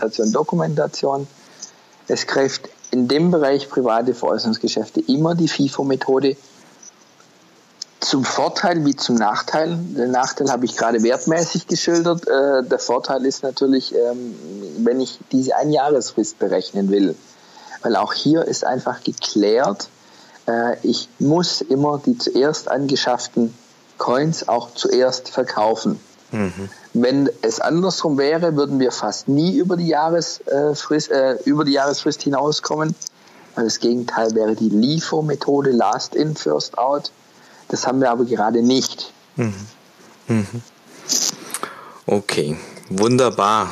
Es greift in dem Bereich private Veräußerungsgeschäfte immer die FIFO-Methode. Zum Vorteil wie zum Nachteil. Den Nachteil habe ich gerade wertmäßig geschildert. Der Vorteil ist natürlich, wenn ich diese Einjahresfrist berechnen will. Weil auch hier ist einfach geklärt, ich muss immer die zuerst angeschafften Coins auch zuerst verkaufen. Wenn es andersrum wäre, würden wir fast nie über die Jahresfrist hinauskommen. Weil das Gegenteil wäre die LIFO-Methode, Last In, First Out. Das haben wir aber gerade nicht. Okay, wunderbar.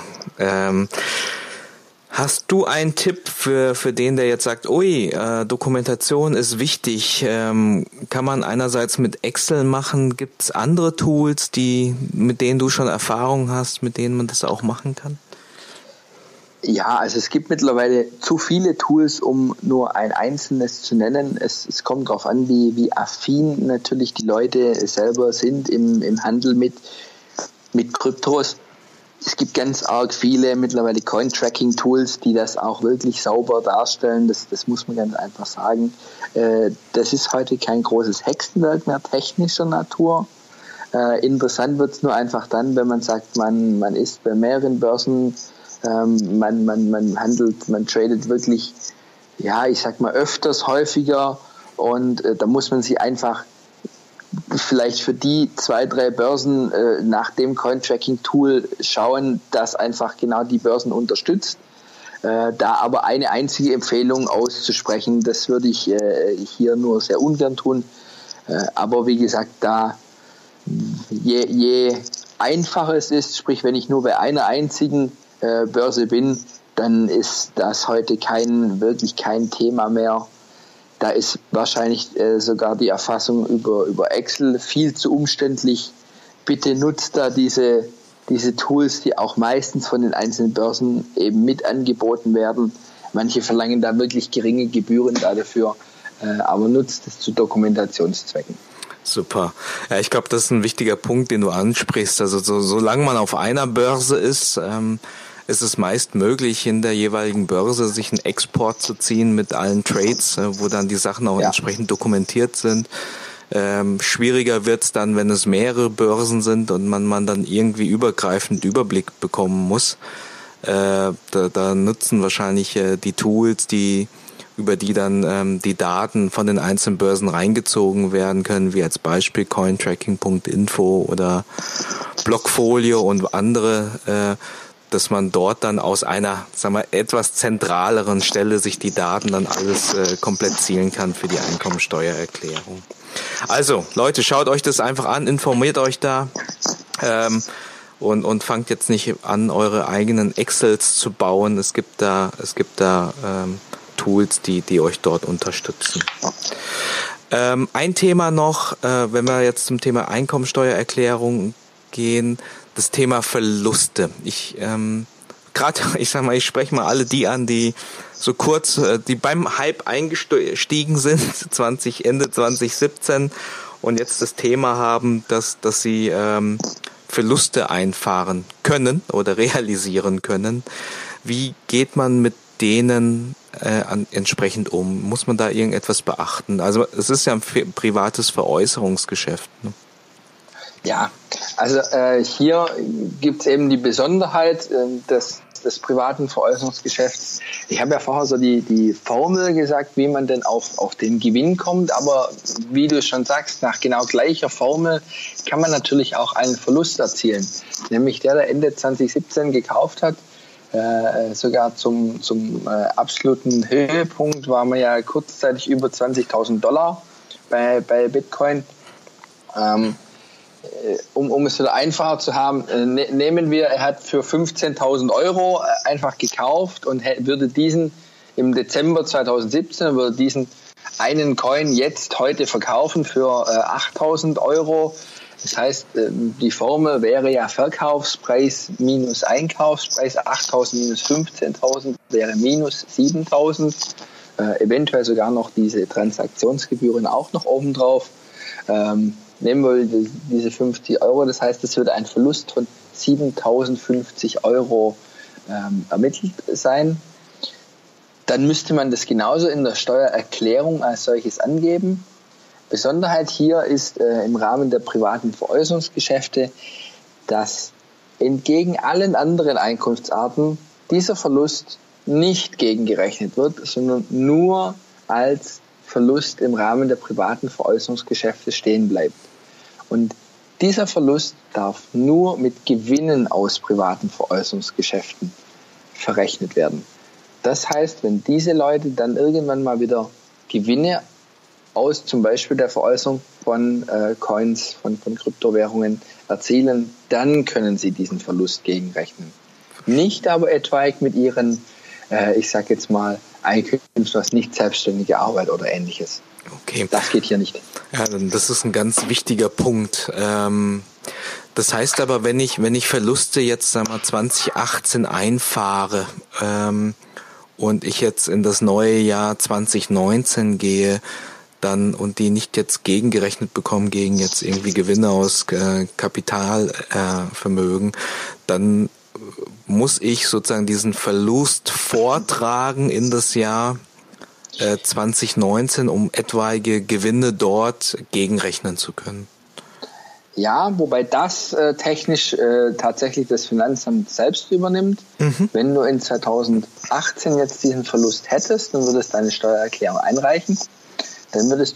Hast du einen Tipp für den, der jetzt sagt, Dokumentation ist wichtig, kann man einerseits mit Excel machen, gibt es andere Tools, mit denen du schon Erfahrung hast, mit denen man das auch machen kann? Ja, also es gibt mittlerweile zu viele Tools, um nur ein einzelnes zu nennen. Es kommt darauf an, wie affin natürlich die Leute selber sind im Handel mit Kryptos. Es gibt ganz arg viele mittlerweile Coin-Tracking-Tools, die das auch wirklich sauber darstellen. Das muss man ganz einfach sagen. Das ist heute kein großes Hexenwerk mehr technischer Natur. Interessant wird es nur einfach dann, wenn man sagt, man ist bei mehreren Börsen, man handelt, man tradet wirklich, öfters, häufiger und da muss man sich einfach vielleicht für die 2, 3 Börsen nach dem Coin-Tracking-Tool schauen, das einfach genau die Börsen unterstützt. Da aber eine einzige Empfehlung auszusprechen, das würde ich hier nur sehr ungern tun. Aber wie gesagt, da je einfacher es ist, sprich wenn ich nur bei einer einzigen Börse bin, dann ist das heute wirklich kein Thema mehr. Da ist wahrscheinlich sogar die Erfassung über Excel viel zu umständlich. Bitte nutzt da diese Tools, die auch meistens von den einzelnen Börsen eben mit angeboten werden. Manche verlangen da wirklich geringe Gebühren dafür, aber nutzt es zu Dokumentationszwecken. Super. Ja, ich glaube, das ist ein wichtiger Punkt, den du ansprichst. Also solange man auf einer Börse ist es meist möglich, in der jeweiligen Börse sich einen Export zu ziehen mit allen Trades, wo dann die Sachen auch entsprechend dokumentiert sind. Schwieriger wird's dann, wenn es mehrere Börsen sind und man dann irgendwie übergreifend Überblick bekommen muss. Da nutzen wahrscheinlich die Tools, über die dann die Daten von den einzelnen Börsen reingezogen werden können, wie als Beispiel Cointracking.info oder Blockfolio und andere, dass man dort dann aus einer, etwas zentraleren Stelle sich die Daten dann alles komplett zielen kann für die Einkommensteuererklärung. Also, Leute, schaut euch das einfach an, informiert euch da und fangt jetzt nicht an, eure eigenen Excels zu bauen. Es gibt da Tools, die euch dort unterstützen. Ein Thema noch, wenn wir jetzt zum Thema Einkommensteuererklärung gehen, das Thema Verluste. Ich spreche mal alle die an, die so kurz, die beim Hype eingestiegen sind, Ende 2017 und jetzt das Thema haben, dass sie Verluste einfahren können oder realisieren können. Wie geht man mit denen entsprechend um? Muss man da irgendetwas beachten? Also es ist ja ein privates Veräußerungsgeschäft. Ne? Ja, also hier gibt es eben die Besonderheit des privaten Veräußerungsgeschäfts. Ich habe ja vorher so die Formel gesagt, wie man denn auf den Gewinn kommt, aber wie du schon sagst, nach genau gleicher Formel kann man natürlich auch einen Verlust erzielen. Nämlich der Ende 2017 gekauft hat, sogar zum absoluten Höhepunkt waren wir ja kurzzeitig über $20.000 bei Bitcoin. Um es wieder einfacher zu haben, nehmen wir, er hat für 15.000 € einfach gekauft und würde diesen im Dezember 2017, würde diesen einen Coin heute verkaufen für 8.000 €. Das heißt, die Formel wäre ja Verkaufspreis minus Einkaufspreis, 8.000 minus 15.000 wäre minus 7.000, eventuell sogar noch diese Transaktionsgebühren auch noch obendrauf. Nehmen wir diese 50 €, das heißt, es würde ein Verlust von 7.050 € ermittelt sein. Dann müsste man das genauso in der Steuererklärung als solches angeben. Besonderheit hier ist im Rahmen der privaten Veräußerungsgeschäfte, dass entgegen allen anderen Einkunftsarten dieser Verlust nicht gegengerechnet wird, sondern nur als Verlust im Rahmen der privaten Veräußerungsgeschäfte stehen bleibt. Und dieser Verlust darf nur mit Gewinnen aus privaten Veräußerungsgeschäften verrechnet werden. Das heißt, wenn diese Leute dann irgendwann mal wieder Gewinne aus zum Beispiel der Veräußerung von Coins, von Kryptowährungen erzielen, dann können sie diesen Verlust gegenrechnen. Nicht aber etwaig mit ihren, ich sage jetzt mal, Einkünften aus nicht selbstständiger Arbeit oder Ähnliches. Okay. Das geht hier nicht. Ja, das ist ein ganz wichtiger Punkt. Das heißt aber, wenn ich Verluste jetzt 2018 einfahre und ich jetzt in das neue Jahr 2019 gehe, dann und die nicht jetzt gegengerechnet bekommen gegen jetzt irgendwie Gewinne aus Kapitalvermögen, dann muss ich sozusagen diesen Verlust vortragen in das Jahr 2019, um etwaige Gewinne dort gegenrechnen zu können. Ja, wobei das technisch tatsächlich das Finanzamt selbst übernimmt. Mhm. Wenn du in 2018 jetzt diesen Verlust hättest, dann würdest du deine Steuererklärung einreichen. Dann würde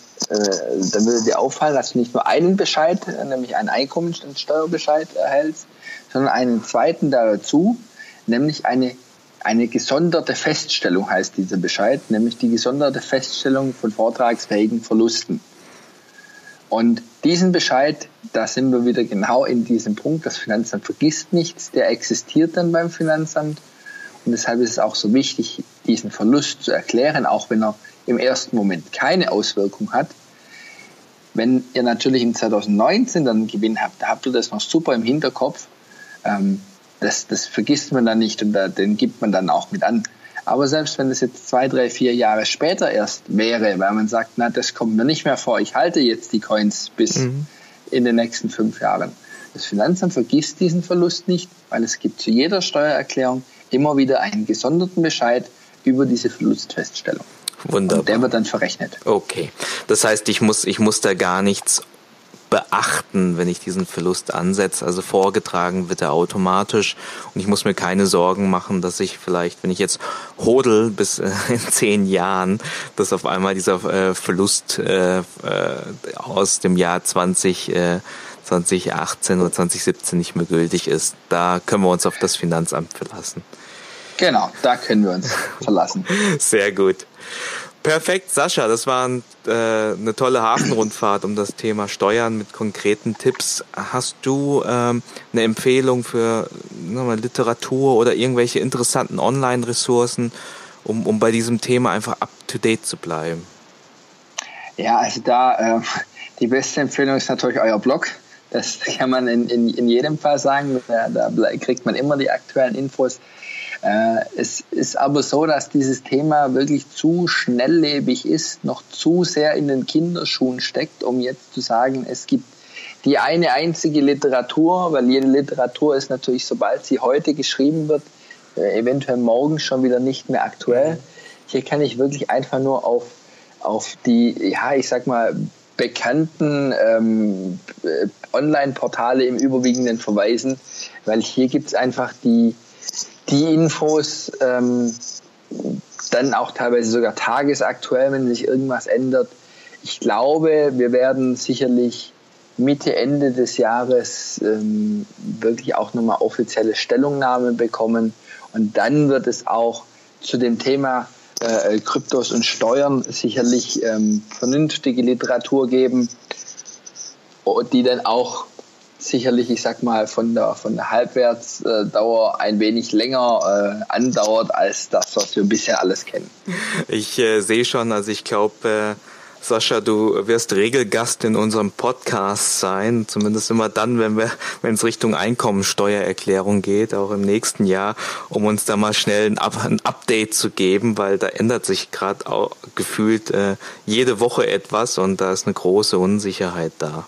dir auffallen, dass du nicht nur einen Bescheid, nämlich einen Einkommensteuerbescheid erhältst, sondern einen zweiten dazu, nämlich eine eine gesonderte Feststellung, heißt dieser Bescheid, nämlich die gesonderte Feststellung von vortragsfähigen Verlusten. Und diesen Bescheid, da sind wir wieder genau in diesem Punkt, das Finanzamt vergisst nichts, der existiert dann beim Finanzamt. Und deshalb ist es auch so wichtig, diesen Verlust zu erklären, auch wenn er im ersten Moment keine Auswirkung hat. Wenn ihr natürlich im 2019 dann einen Gewinn habt, da habt ihr das noch super im Hinterkopf. Das vergisst man dann nicht und den gibt man dann auch mit an. Aber selbst wenn das jetzt 2, 3, 4 Jahre später erst wäre, weil man sagt, na, das kommt mir nicht mehr vor, ich halte jetzt die Coins bis in den nächsten 5 Jahren. Das Finanzamt vergisst diesen Verlust nicht, weil es gibt zu jeder Steuererklärung immer wieder einen gesonderten Bescheid über diese Verlustfeststellung. Wunderbar. Und der wird dann verrechnet. Okay. Das heißt, ich muss da gar nichts beachten, wenn ich diesen Verlust ansetze. Also vorgetragen wird er automatisch und ich muss mir keine Sorgen machen, dass ich vielleicht, wenn ich jetzt hodel bis in 10 Jahren, dass auf einmal dieser Verlust aus dem Jahr 2018 oder 2017 nicht mehr gültig ist. Da können wir uns auf das Finanzamt verlassen. Genau, da können wir uns verlassen. Sehr gut. Perfekt, Sascha, das war eine tolle Hafenrundfahrt um das Thema Steuern mit konkreten Tipps. Hast du eine Empfehlung für Literatur oder irgendwelche interessanten Online-Ressourcen, um bei diesem Thema einfach up-to-date zu bleiben? Ja, also da die beste Empfehlung ist natürlich euer Blog. Das kann man in jedem Fall sagen. Da kriegt man immer die aktuellen Infos. Es ist aber so, dass dieses Thema wirklich zu schnelllebig ist, noch zu sehr in den Kinderschuhen steckt, um jetzt zu sagen, es gibt die eine einzige Literatur, weil jede Literatur ist natürlich, sobald sie heute geschrieben wird, eventuell morgen schon wieder nicht mehr aktuell. Hier kann ich wirklich einfach nur auf die, ja, ich sag mal, bekannten Online-Portale im Überwiegenden verweisen, weil hier gibt es einfach die Infos, dann auch teilweise sogar tagesaktuell, wenn sich irgendwas ändert. Ich glaube, wir werden sicherlich Mitte, Ende des Jahres wirklich auch nochmal offizielle Stellungnahmen bekommen und dann wird es auch zu dem Thema Kryptos und Steuern sicherlich vernünftige Literatur geben, die dann auch sicherlich, ich sag mal, von der Halbwertsdauer ein wenig länger andauert als das, was wir bisher alles kennen. Ich sehe schon, also ich glaube, Sascha, du wirst Regelgast in unserem Podcast sein, zumindest immer dann, wenn es Richtung Einkommensteuererklärung geht, auch im nächsten Jahr, um uns da mal schnell ein Update zu geben, weil da ändert sich gerade auch gefühlt jede Woche etwas und da ist eine große Unsicherheit da.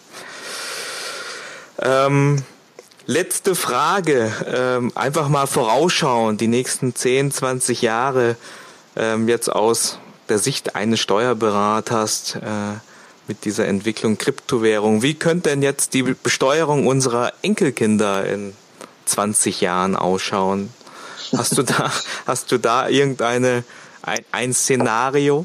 Letzte Frage, einfach mal vorausschauen, die nächsten 10, 20 Jahre jetzt aus der Sicht eines Steuerberaters mit dieser Entwicklung Kryptowährung. Wie könnte denn jetzt die Besteuerung unserer Enkelkinder in 20 Jahren ausschauen? Hast du da ein Szenario?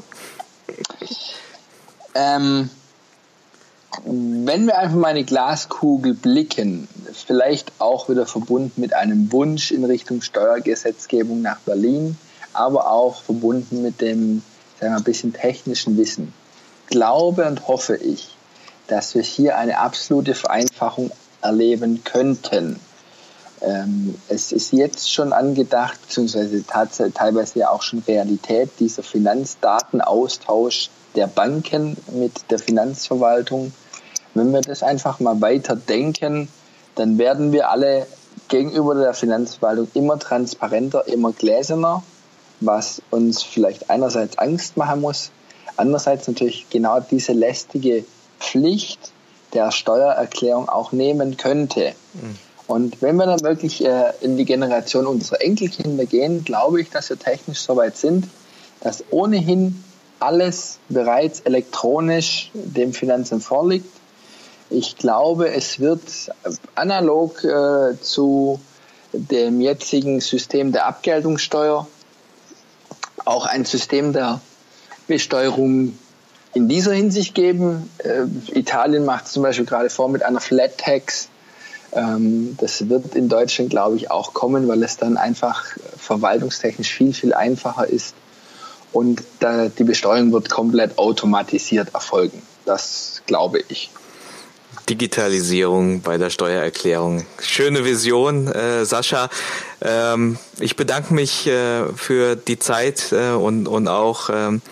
Wenn wir einfach mal eine Glaskugel blicken, vielleicht auch wieder verbunden mit einem Wunsch in Richtung Steuergesetzgebung nach Berlin, aber auch verbunden mit dem, sagen wir, ein bisschen technischen Wissen, glaube und hoffe ich, dass wir hier eine absolute Vereinfachung erleben könnten. Es ist jetzt schon angedacht, beziehungsweise teilweise ja auch schon Realität, dieser Finanzdatenaustausch der Banken mit der Finanzverwaltung. Wenn wir das einfach mal weiter denken, dann werden wir alle gegenüber der Finanzverwaltung immer transparenter, immer gläserner, was uns vielleicht einerseits Angst machen muss, andererseits natürlich genau diese lästige Pflicht der Steuererklärung auch nehmen könnte. Und wenn wir dann wirklich in die Generation unserer Enkelkinder gehen, glaube ich, dass wir technisch so weit sind, dass ohnehin alles bereits elektronisch dem Finanzamt vorliegt. Ich glaube, es wird analog zu dem jetzigen System der Abgeltungssteuer auch ein System der Besteuerung in dieser Hinsicht geben. Italien macht es zum Beispiel gerade vor mit einer Flat Tax. Das wird in Deutschland, glaube ich, auch kommen, weil es dann einfach verwaltungstechnisch viel, viel einfacher ist. Und die Besteuerung wird komplett automatisiert erfolgen. Das glaube ich. Digitalisierung bei der Steuererklärung. Schöne Vision, Sascha. Ich bedanke mich für die Zeit und auch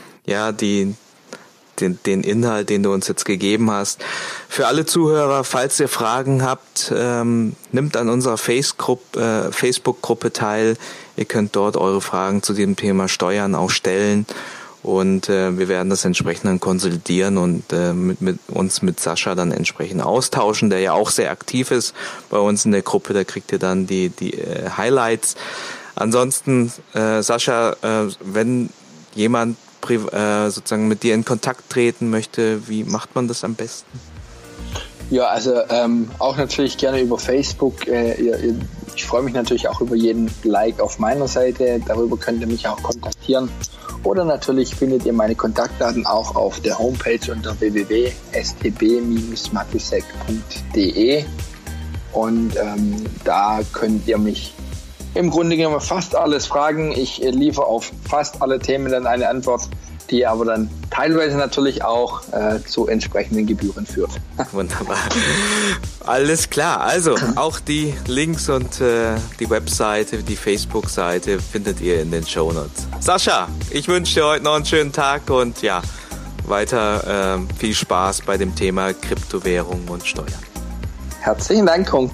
den Inhalt, den du uns jetzt gegeben hast. Für alle Zuhörer, falls ihr Fragen habt, nimmt an unserer Facebook-Gruppe teil. Ihr könnt dort eure Fragen zu diesem Thema Steuern auch stellen. Und wir werden das entsprechend dann konsolidieren und uns mit Sascha dann entsprechend austauschen, der ja auch sehr aktiv ist bei uns in der Gruppe. Da kriegt ihr dann die Highlights. Ansonsten, Sascha, wenn jemand sozusagen mit dir in Kontakt treten möchte, wie macht man das am besten? Ja, also auch natürlich gerne über Facebook. Ich freue mich natürlich auch über jeden Like auf meiner Seite. Darüber könnt ihr mich auch kontaktieren. Oder natürlich findet ihr meine Kontaktdaten auch auf der Homepage unter www.stb-matusek.de und da könnt ihr mich im Grunde genommen fast alles fragen. Ich liefere auf fast alle Themen dann eine Antwort, die aber dann teilweise natürlich auch zu entsprechenden Gebühren führt. Wunderbar. Alles klar. Also auch die Links und die Webseite, die Facebook-Seite findet ihr in den Shownotes. Sascha, ich wünsche dir heute noch einen schönen Tag und ja, weiter viel Spaß bei dem Thema Kryptowährung und Steuern. Herzlichen Dank, Kong.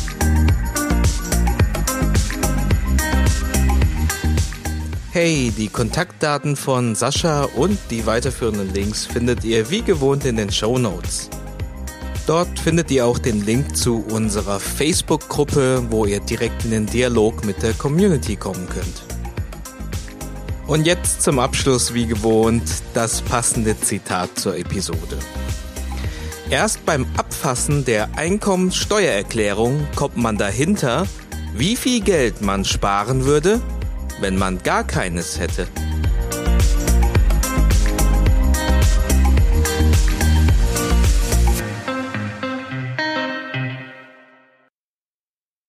Hey, die Kontaktdaten von Sascha und die weiterführenden Links findet ihr wie gewohnt in den Shownotes. Dort findet ihr auch den Link zu unserer Facebook-Gruppe, wo ihr direkt in den Dialog mit der Community kommen könnt. Und jetzt zum Abschluss wie gewohnt das passende Zitat zur Episode. Erst beim Abfassen der Einkommenssteuererklärung kommt man dahinter, wie viel Geld man sparen würde, wenn man gar keines hätte.